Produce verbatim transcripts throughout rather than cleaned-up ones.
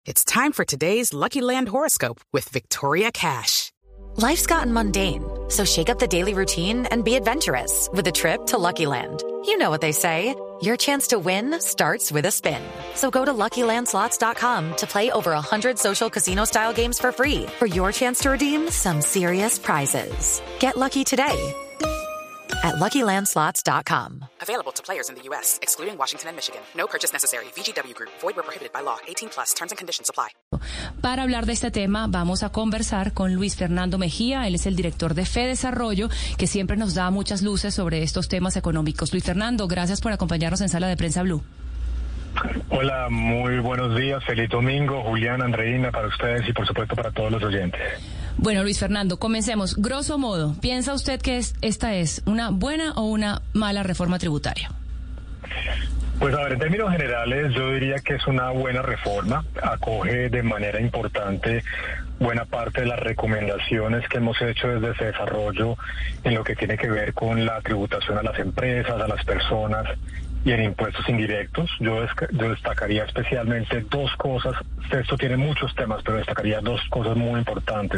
It's time for today's Lucky Land horoscope with Victoria Cash. Life's gotten mundane, so shake up the daily routine and be adventurous with a trip to Lucky Land. You know what they say, your chance to win starts with a spin. So go to Lucky Land Slots dot com to play over one hundred social casino-style games for free for your chance to redeem some serious prizes. Get lucky today at Lucky Land Slots dot com. Available to players in the U S, excluding Washington and Michigan. No purchase necessary. V G W Group. Void where prohibited by law. eighteen plus. Terms and conditions apply. Para hablar de este tema, vamos a conversar con Luis Fernando Mejía. Él es el director de FEDesarrollo, que siempre nos da muchas luces sobre estos temas económicos. Luis Fernando, gracias por acompañarnos en Sala de Prensa Blue. Hola, muy buenos días. Feliz domingo, Julián, Andreina, para ustedes y por supuesto para todos los oyentes. Bueno, Luis Fernando, comencemos. Grosso modo, ¿piensa usted que es, esta es una buena o una mala reforma tributaria? Pues a ver, en términos generales yo diría que es una buena reforma, acoge de manera importante buena parte de las recomendaciones que hemos hecho desde FEDesarrollo en lo que tiene que ver con la tributación a las empresas, a las personas y en impuestos indirectos. Yo, des- yo destacaría especialmente dos cosas. Esto tiene muchos temas, pero destacaría dos cosas muy importantes.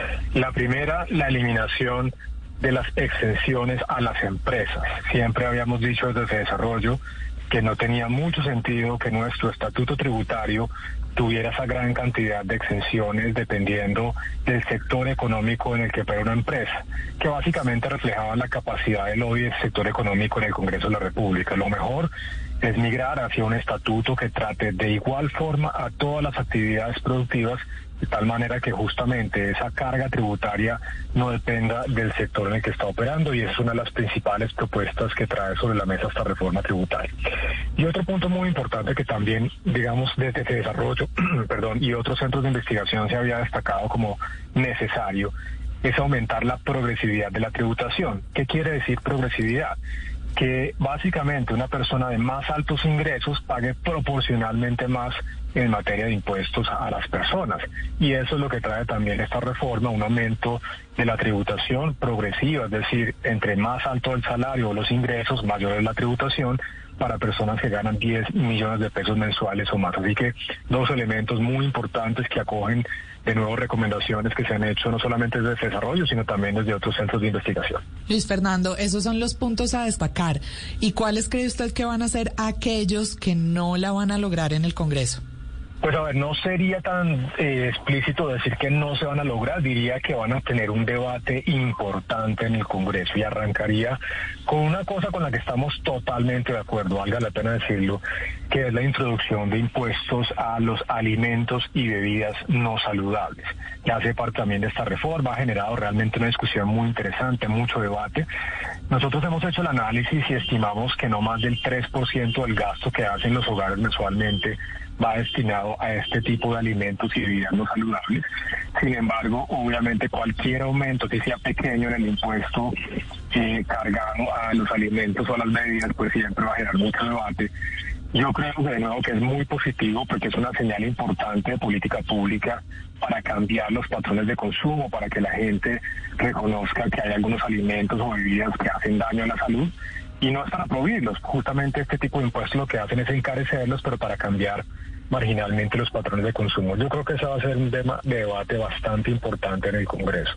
La primera, la eliminación de las exenciones a las empresas. Siempre habíamos dicho desde FEDesarrollo que no tenía mucho sentido que nuestro estatuto tributario tuviera esa gran cantidad de exenciones dependiendo del sector económico en el que opera una empresa, que básicamente reflejaban la capacidad de lobby del sector económico en el Congreso de la República. Lo mejor es migrar hacia un estatuto que trate de igual forma a todas las actividades productivas, de tal manera que justamente esa carga tributaria no dependa del sector en el que está operando, y esa es una de las principales propuestas que trae sobre la mesa esta reforma tributaria. Y otro punto muy importante que también, digamos, desde FEDesarrollo, perdón, y otros centros de investigación se había destacado como necesario, es aumentar la progresividad de la tributación. ¿Qué quiere decir progresividad? Que básicamente una persona de más altos ingresos pague proporcionalmente más en materia de impuestos a las personas. Y eso es lo que trae también esta reforma, un aumento de la tributación progresiva, es decir, entre más alto el salario o los ingresos, mayor es la tributación para personas que ganan diez millones de pesos mensuales o más. Así que dos elementos muy importantes que acogen de nuevo recomendaciones que se han hecho no solamente desde FEDesarrollo, sino también desde otros centros de investigación. Luis Fernando, esos son los puntos a destacar. ¿Y cuáles cree usted que van a ser aquellos que no la van a lograr en el Congreso? Pues a ver, no sería tan eh, explícito decir que no se van a lograr, diría que van a tener un debate importante en el Congreso, y arrancaría con una cosa con la que estamos totalmente de acuerdo, valga la pena decirlo, que es la introducción de impuestos a los alimentos y bebidas no saludables. Ya hace parte también de esta reforma, ha generado realmente una discusión muy interesante, mucho debate. Nosotros hemos hecho el análisis y estimamos que no más del tres por ciento del gasto que hacen los hogares mensualmente va destinado a este tipo de alimentos y bebidas no saludables. Sin embargo, obviamente cualquier aumento que sea pequeño en el impuesto eh, cargado a los alimentos o a las bebidas, pues siempre va a generar mucho debate. Yo creo que de nuevo que es muy positivo porque es una señal importante de política pública para cambiar los patrones de consumo, para que la gente reconozca que hay algunos alimentos o bebidas que hacen daño a la salud, y no es para prohibirlos. Justamente este tipo de impuestos lo que hacen es encarecerlos, pero para cambiar marginalmente los patrones de consumo. Yo creo que ese va a ser un tema de debate bastante importante en el Congreso.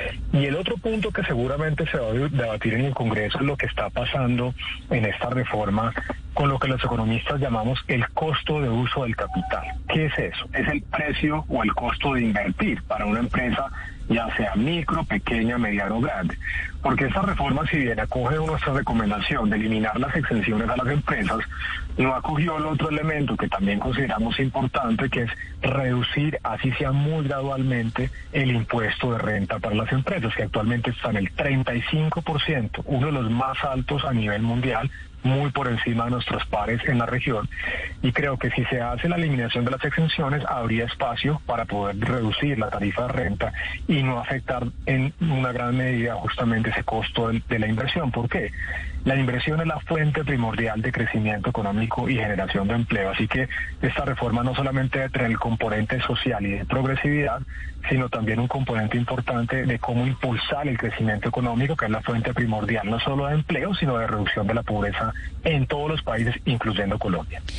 Y el otro punto que seguramente se va a debatir en el Congreso es lo que está pasando en esta reforma con lo que los economistas llamamos el costo de uso del capital. ¿Qué es eso? Es el precio o el costo de invertir para una empresa, ya sea micro, pequeña, mediana o grande. Porque esta reforma, si bien acoge nuestra recomendación de eliminar las exenciones a las empresas, no acogió el otro elemento que también consideramos importante, que es reducir, así sea muy gradualmente, el impuesto de renta para las empresas, que actualmente está en el treinta y cinco por ciento, uno de los más altos a nivel mundial, muy por encima de nuestros pares en la región, y creo que si se hace la eliminación de las exenciones habría espacio para poder reducir la tarifa de renta y no afectar en una gran medida justamente ese costo de, de la inversión. ¿Por qué? La inversión es la fuente primordial de crecimiento económico y generación de empleo, así que esta reforma no solamente debe tener el componente social y de progresividad, sino también un componente importante de cómo impulsar el crecimiento económico, que es la fuente primordial no solo de empleo, sino de reducción de la pobreza en todos los países, incluyendo Colombia.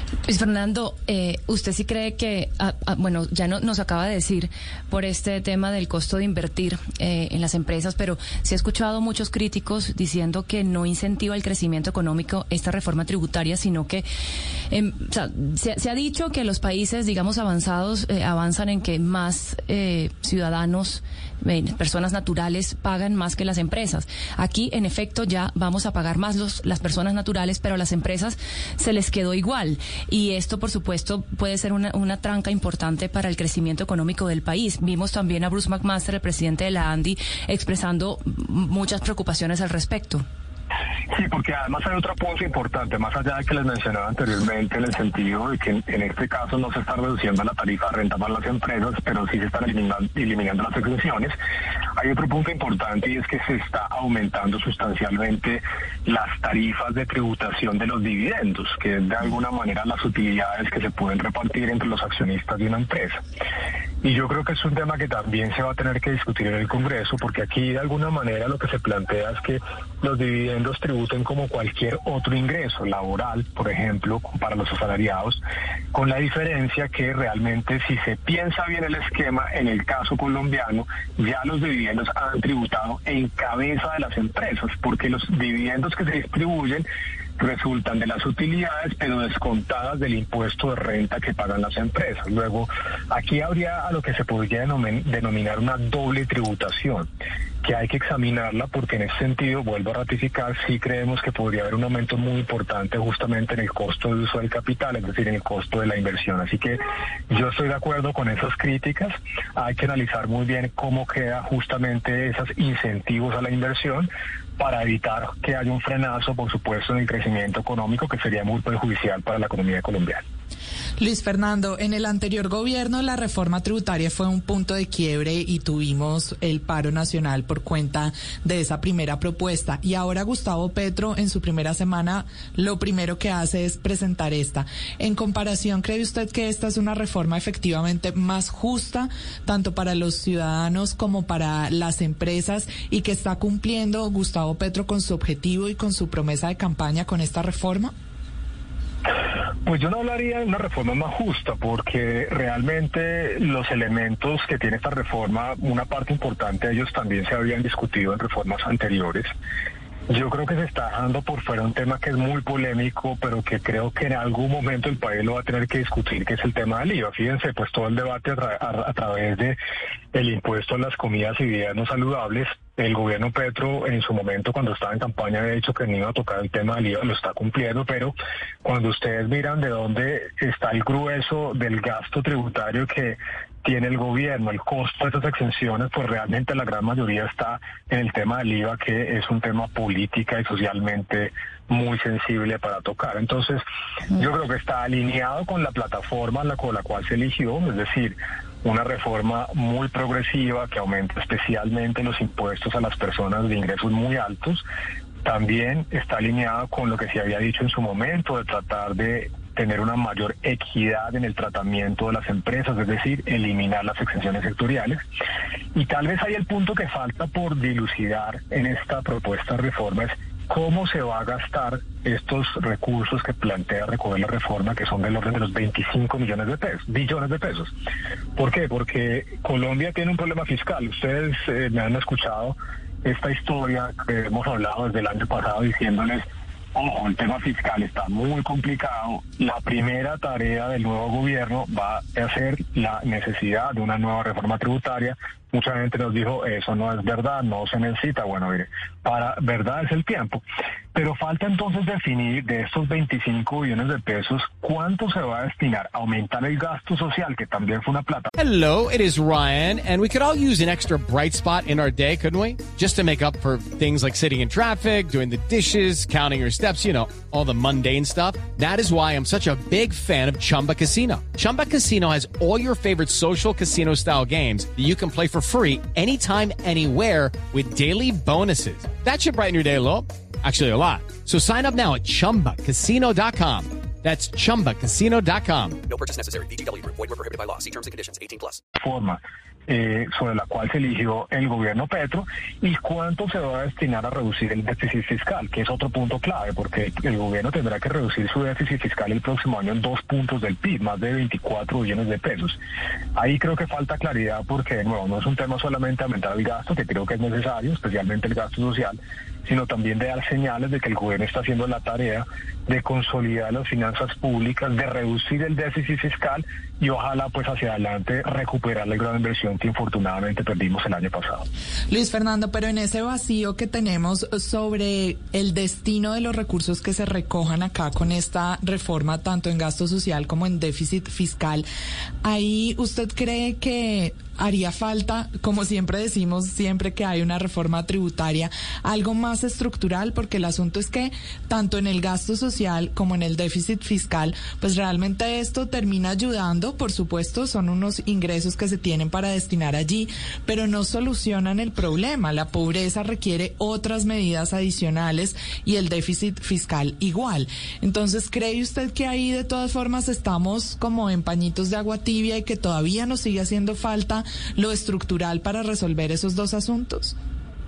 Luis Fernando, eh, ¿usted sí cree que, ah, ah, bueno, ya no, nos acaba de decir por este tema del costo de invertir eh, en las empresas, pero se ha escuchado muchos críticos diciendo que no incentiva el crecimiento económico esta reforma tributaria, sino que eh, o sea, se, se ha dicho que los países, digamos, avanzados eh, avanzan en que más eh, ciudadanos, eh, personas naturales, pagan más que las empresas. Aquí, en efecto, ya vamos a pagar más los, las personas naturales, pero a las empresas se les quedó igual. Y esto, por supuesto, puede ser una, una tranca importante para el crecimiento económico del país. Vimos también a Bruce McMaster, el presidente de la ANDI, expresando muchas preocupaciones al respecto. Sí, porque además hay otro punto importante, más allá de que les mencionaba anteriormente, en el sentido de que en, en este caso no se está reduciendo la tarifa de renta para las empresas, pero sí se están eliminando, eliminando las exenciones. Hay otro punto importante y es que se está aumentando sustancialmente las tarifas de tributación de los dividendos, que es de alguna manera las utilidades que se pueden repartir entre los accionistas de una empresa. Y yo creo que es un tema que también se va a tener que discutir en el Congreso, porque aquí de alguna manera lo que se plantea es que los dividendos tributen como cualquier otro ingreso laboral, por ejemplo, para los asalariados, con la diferencia que realmente, si se piensa bien el esquema, en el caso colombiano, ya los dividendos han tributado en cabeza de las empresas, porque los dividendos que se distribuyen resultan de las utilidades, pero descontadas del impuesto de renta que pagan las empresas. Luego, aquí habría a lo que se podría denominar una doble tributación, que hay que examinarla, porque en ese sentido, vuelvo a ratificar, sí creemos que podría haber un aumento muy importante justamente en el costo de uso del capital, es decir, en el costo de la inversión. Así que yo estoy de acuerdo con esas críticas. Hay que analizar muy bien cómo queda justamente esos incentivos a la inversión, para evitar que haya un frenazo, por supuesto, en el crecimiento económico, que sería muy perjudicial para la economía colombiana. Luis Fernando, en el anterior gobierno la reforma tributaria fue un punto de quiebre y tuvimos el paro nacional por cuenta de esa primera propuesta. Y ahora Gustavo Petro, en su primera semana, lo primero que hace es presentar esta. En comparación, ¿cree usted que esta es una reforma efectivamente más justa, tanto para los ciudadanos como para las empresas, y que está cumpliendo Gustavo Petro con su objetivo y con su promesa de campaña con esta reforma? Pues yo no hablaría de una reforma más justa, porque realmente los elementos que tiene esta reforma, una parte importante de ellos también se habían discutido en reformas anteriores. Yo creo que se está dejando por fuera un tema que es muy polémico, pero que creo que en algún momento el país lo va a tener que discutir, que es el tema del I V A. Fíjense, pues todo el debate a, tra a, a través de el impuesto a las comidas y bebidas no saludables. El gobierno Petro, en su momento, cuando estaba en campaña, había dicho que no iba a tocar el tema del I V A, lo está cumpliendo, pero cuando ustedes miran de dónde está el grueso del gasto tributario que tiene el gobierno, el costo de esas exenciones, pues realmente la gran mayoría está en el tema del I V A, que es un tema política y socialmente muy sensible para tocar. Entonces, yo creo que está alineado con la plataforma la, con la cual se eligió, es decir, una reforma muy progresiva que aumenta especialmente los impuestos a las personas de ingresos muy altos. También está alineado con lo que se había dicho en su momento de tratar de tener una mayor equidad en el tratamiento de las empresas, es decir, eliminar las exenciones sectoriales. Y tal vez ahí el punto que falta por dilucidar en esta propuesta de reforma es cómo se va a gastar estos recursos que plantea recoger la reforma, que son del orden de los veinticinco millones de pesos, billones de pesos. ¿Por qué? Porque Colombia tiene un problema fiscal. Ustedes eh, me han escuchado esta historia que hemos hablado desde el año pasado diciéndoles, ojo, el tema fiscal está muy complicado. La primera tarea del nuevo gobierno va a ser la necesidad de una nueva reforma tributaria. Mucha gente nos dijo, eso no es verdad, no se necesita. Bueno, mire, para verdad es el tiempo. Pero falta entonces definir de estos veinticinco billones de pesos, cuánto se va a destinar a aumentar el gasto social, que también fue una plata. Hello, it is Ryan, and we could all use an extra bright spot in our day, couldn't we? Just to make up for things like sitting in traffic, doing the dishes, counting your steps, you know, all the mundane stuff. That is why I'm such a big fan of Chumba Casino. Chumba Casino has all your favorite social casino-style games that you can play for free anytime, anywhere with daily bonuses. That should brighten your day a little. Actually, a lot. So sign up now at chumba casino dot com. That's chumba casino dot com. No purchase necessary. V G W Group. Void where prohibited by law. See terms and conditions. eighteen plus. Forma eh, sobre la cual se eligió el gobierno Petro, y cuánto se va a destinar a reducir el déficit fiscal, que es otro punto clave, porque el gobierno tendrá que reducir su déficit fiscal el próximo año en dos puntos del P I B, más de veinticuatro billones de pesos. Ahí creo que falta claridad porque, de nuevo, no es un tema solamente aumentar el gasto, que creo que es necesario, especialmente el gasto social, sino también de dar señales de que el gobierno está haciendo la tarea de consolidar las finanzas públicas, de reducir el déficit fiscal y ojalá pues hacia adelante recuperar la gran inversión que infortunadamente perdimos el año pasado. Luis Fernando, pero en ese vacío que tenemos sobre el destino de los recursos que se recojan acá con esta reforma, tanto en gasto social como en déficit fiscal, ¿ahí usted cree que haría falta, como siempre decimos, siempre que hay una reforma tributaria, algo más estructural? Porque el asunto es que tanto en el gasto social como en el déficit fiscal, pues realmente esto termina ayudando, por supuesto, son unos ingresos que se tienen para destinar allí, pero no solucionan el problema. La pobreza requiere otras medidas adicionales y el déficit fiscal igual. Entonces, ¿cree usted que ahí de todas formas estamos como en pañitos de agua tibia y que todavía nos sigue haciendo falta lo estructural para resolver esos dos asuntos?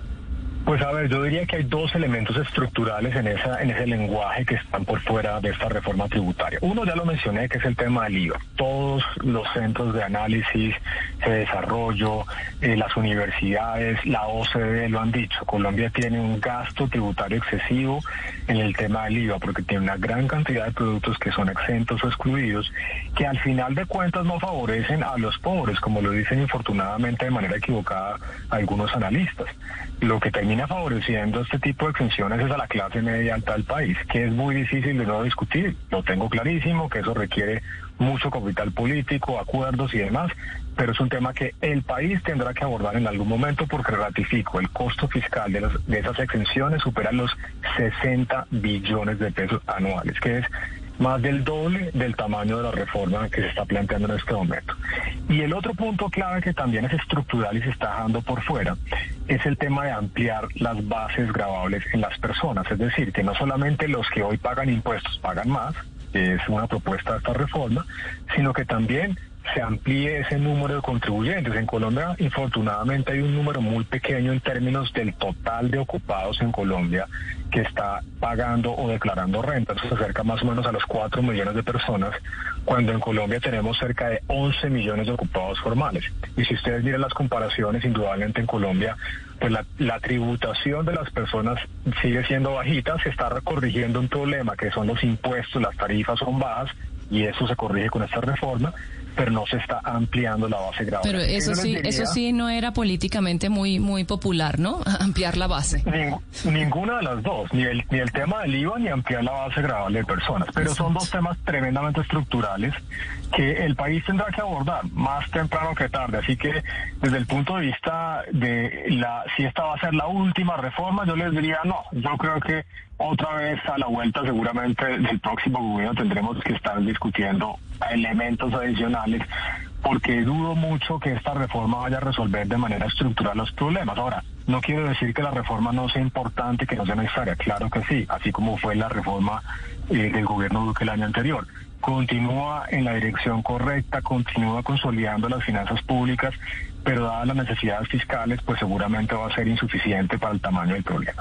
Pues a ver, yo diría que hay dos elementos estructurales en esa en ese lenguaje que están por fuera de esta reforma tributaria. Uno ya lo mencioné, que es el tema del I V A. Todos los centros de análisis, de desarrollo, eh, las universidades, la O C D E lo han dicho. Colombia tiene un gasto tributario excesivo en el tema del I V A porque tiene una gran cantidad de productos que son exentos o excluidos, que al final de cuentas no favorecen a los pobres, como lo dicen infortunadamente de manera equivocada algunos analistas. Lo que termina favoreciendo este tipo de exenciones es a la clase media alta del país, que es muy difícil de no discutir. Lo tengo clarísimo, que eso requiere mucho capital político, acuerdos y demás, pero es un tema que el país tendrá que abordar en algún momento porque, ratifico, el costo fiscal de, los, de esas exenciones supera los sesenta billones de pesos anuales, que es más del doble del tamaño de la reforma que se está planteando en este momento. Y el otro punto clave que también es estructural y se está dejando por fuera es el tema de ampliar las bases gravables en las personas, es decir, que no solamente los que hoy pagan impuestos pagan más, que es una propuesta de esta reforma, sino que también se amplíe ese número de contribuyentes. En Colombia, infortunadamente, hay un número muy pequeño en términos del total de ocupados en Colombia que está pagando o declarando renta. Eso se acerca más o menos a los cuatro millones de personas, cuando en Colombia tenemos cerca de once millones de ocupados formales. Y si ustedes miran las comparaciones, indudablemente en Colombia, pues la, la tributación de las personas sigue siendo bajita, se está corrigiendo un problema que son los impuestos, las tarifas son bajas, y eso se corrige con esta reforma, pero no se está ampliando la base gravable. Pero eso sí, diría, eso sí no era políticamente muy muy popular, ¿no? Ampliar la base. Ni, ninguna de las dos, ni el, ni el tema del I V A ni ampliar la base gravable de personas, pero Exacto. Son dos temas tremendamente estructurales que el país tendrá que abordar más temprano que tarde, así que desde el punto de vista de la si esta va a ser la última reforma, yo les diría no, yo creo que otra vez a la vuelta seguramente del próximo gobierno tendremos que estar discutiendo elementos adicionales, porque dudo mucho que esta reforma vaya a resolver de manera estructural los problemas. Ahora, no quiero decir que la reforma no sea importante, que no sea necesaria, claro que sí, así como fue la reforma eh, del gobierno Duque el año anterior. Continúa en la dirección correcta, continúa consolidando las finanzas públicas, pero dadas las necesidades fiscales, pues seguramente va a ser insuficiente para el tamaño del problema.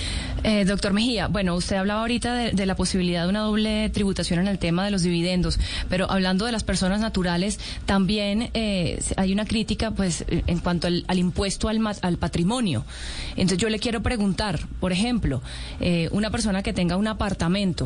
Eh, doctor Mejía, bueno, usted hablaba ahorita de, de la posibilidad de una doble tributación en el tema de los dividendos, pero hablando de las personas naturales, también eh, hay una crítica, pues, en cuanto al, al impuesto al, al patrimonio. Entonces yo le quiero preguntar, por ejemplo, eh, una persona que tenga un apartamento,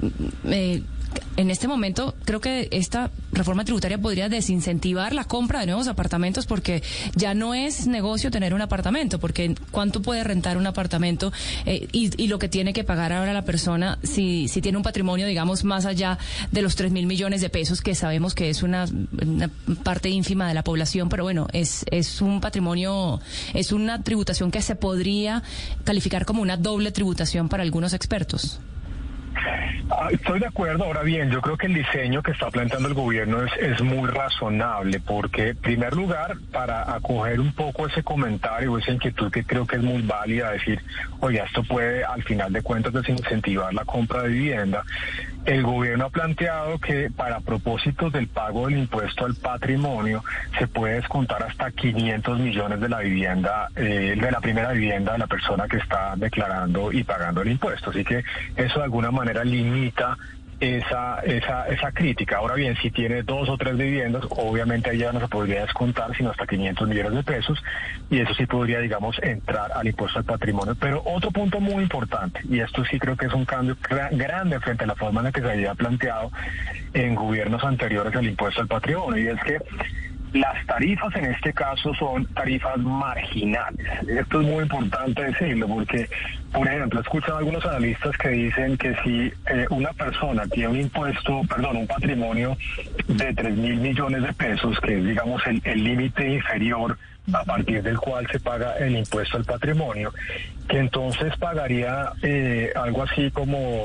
eh, en este momento creo que esta reforma tributaria podría desincentivar la compra de nuevos apartamentos, porque ya no es negocio tener un apartamento, porque cuánto puede rentar un apartamento eh, y, y lo que tiene que pagar ahora la persona si, si tiene un patrimonio, digamos, más allá de los tres mil millones de pesos, que sabemos que es una, una parte ínfima de la población, pero bueno, es, es un patrimonio, es una tributación que se podría calificar como una doble tributación para algunos expertos. Ah, estoy de acuerdo. Ahora bien, yo creo que el diseño que está planteando el gobierno es, es muy razonable, porque en primer lugar, para acoger un poco ese comentario, esa inquietud que creo que es muy válida, decir, oye, esto puede al final de cuentas desincentivar la compra de vivienda, el gobierno ha planteado que para propósitos del pago del impuesto al patrimonio se puede descontar hasta quinientos millones de la vivienda, eh, de la primera vivienda de la persona que está declarando y pagando el impuesto. Así que eso de alguna manera limita esa esa esa crítica. Ahora bien, si tiene dos o tres viviendas, obviamente ahí ya no se podría descontar sino hasta quinientos millones de pesos, y eso sí podría, digamos, entrar al impuesto al patrimonio. Pero otro punto muy importante, y esto sí creo que es un cambio gra- grande frente a la forma en la que se había planteado en gobiernos anteriores el impuesto al patrimonio, y es que las tarifas en este caso son tarifas marginales. Esto es muy importante decirlo porque, por ejemplo, he escuchado a algunos analistas que dicen que si eh, una persona tiene un impuesto, perdón, un patrimonio de tres mil millones de pesos, que es, digamos, el el límite inferior a partir del cual se paga el impuesto al patrimonio, que entonces pagaría eh, algo así como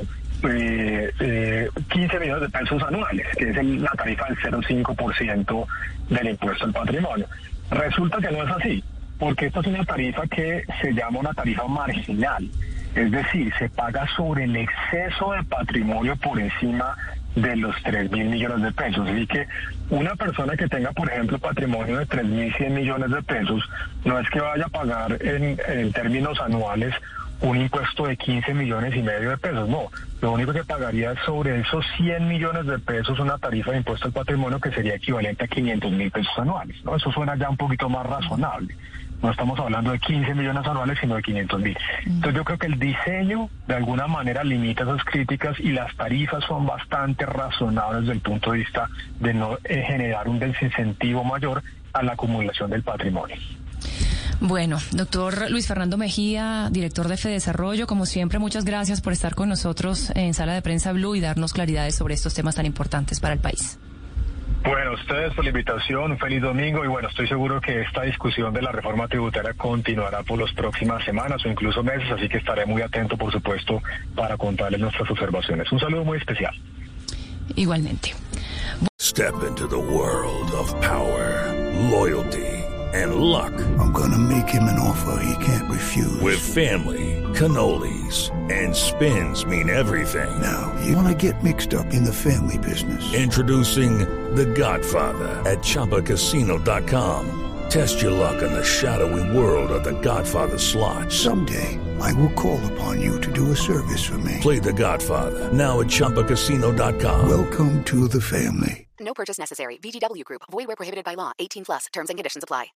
Eh, eh, quince millones de pesos anuales, que es el, la tarifa del cero coma cinco por ciento del impuesto al patrimonio. Resulta que no es así, porque esta es una tarifa que se llama una tarifa marginal, es decir, se paga sobre el exceso de patrimonio por encima de los tres mil millones de pesos. Así que una persona que tenga, por ejemplo, patrimonio de tres mil cien millones de pesos, no es que vaya a pagar en, en términos anuales un impuesto de quince millones y medio de pesos, no. Lo único que pagaría es sobre esos cien millones de pesos una tarifa de impuesto al patrimonio que sería equivalente a quinientos mil pesos anuales, ¿no? Eso suena ya un poquito más razonable. No estamos hablando de quince millones anuales, sino de quinientos mil. Entonces yo creo que el diseño de alguna manera limita esas críticas y las tarifas son bastante razonables desde el punto de vista de no eh, generar un desincentivo mayor a la acumulación del patrimonio. Bueno, doctor Luis Fernando Mejía, director de Fedesarrollo, como siempre, muchas gracias por estar con nosotros en Sala de Prensa Blue y darnos claridades sobre estos temas tan importantes para el país. Bueno, ustedes por la invitación, un feliz domingo, y bueno, estoy seguro que esta discusión de la reforma tributaria continuará por las próximas semanas o incluso meses, así que estaré muy atento, por supuesto, para contarles nuestras observaciones. Un saludo muy especial. Igualmente. Step into the world of power, loyalty, and luck. I'm gonna make him an offer he can't refuse. With family, cannolis, and spins mean everything. Now, you wanna get mixed up in the family business. Introducing The Godfather at Chumba Casino dot com. Test your luck in the shadowy world of The Godfather slot. Someday, I will call upon you to do a service for me. Play The Godfather now at Chumba Casino dot com. Welcome to the family. No purchase necessary. V G W Group. Void where prohibited by law. eighteen plus. Terms and conditions apply.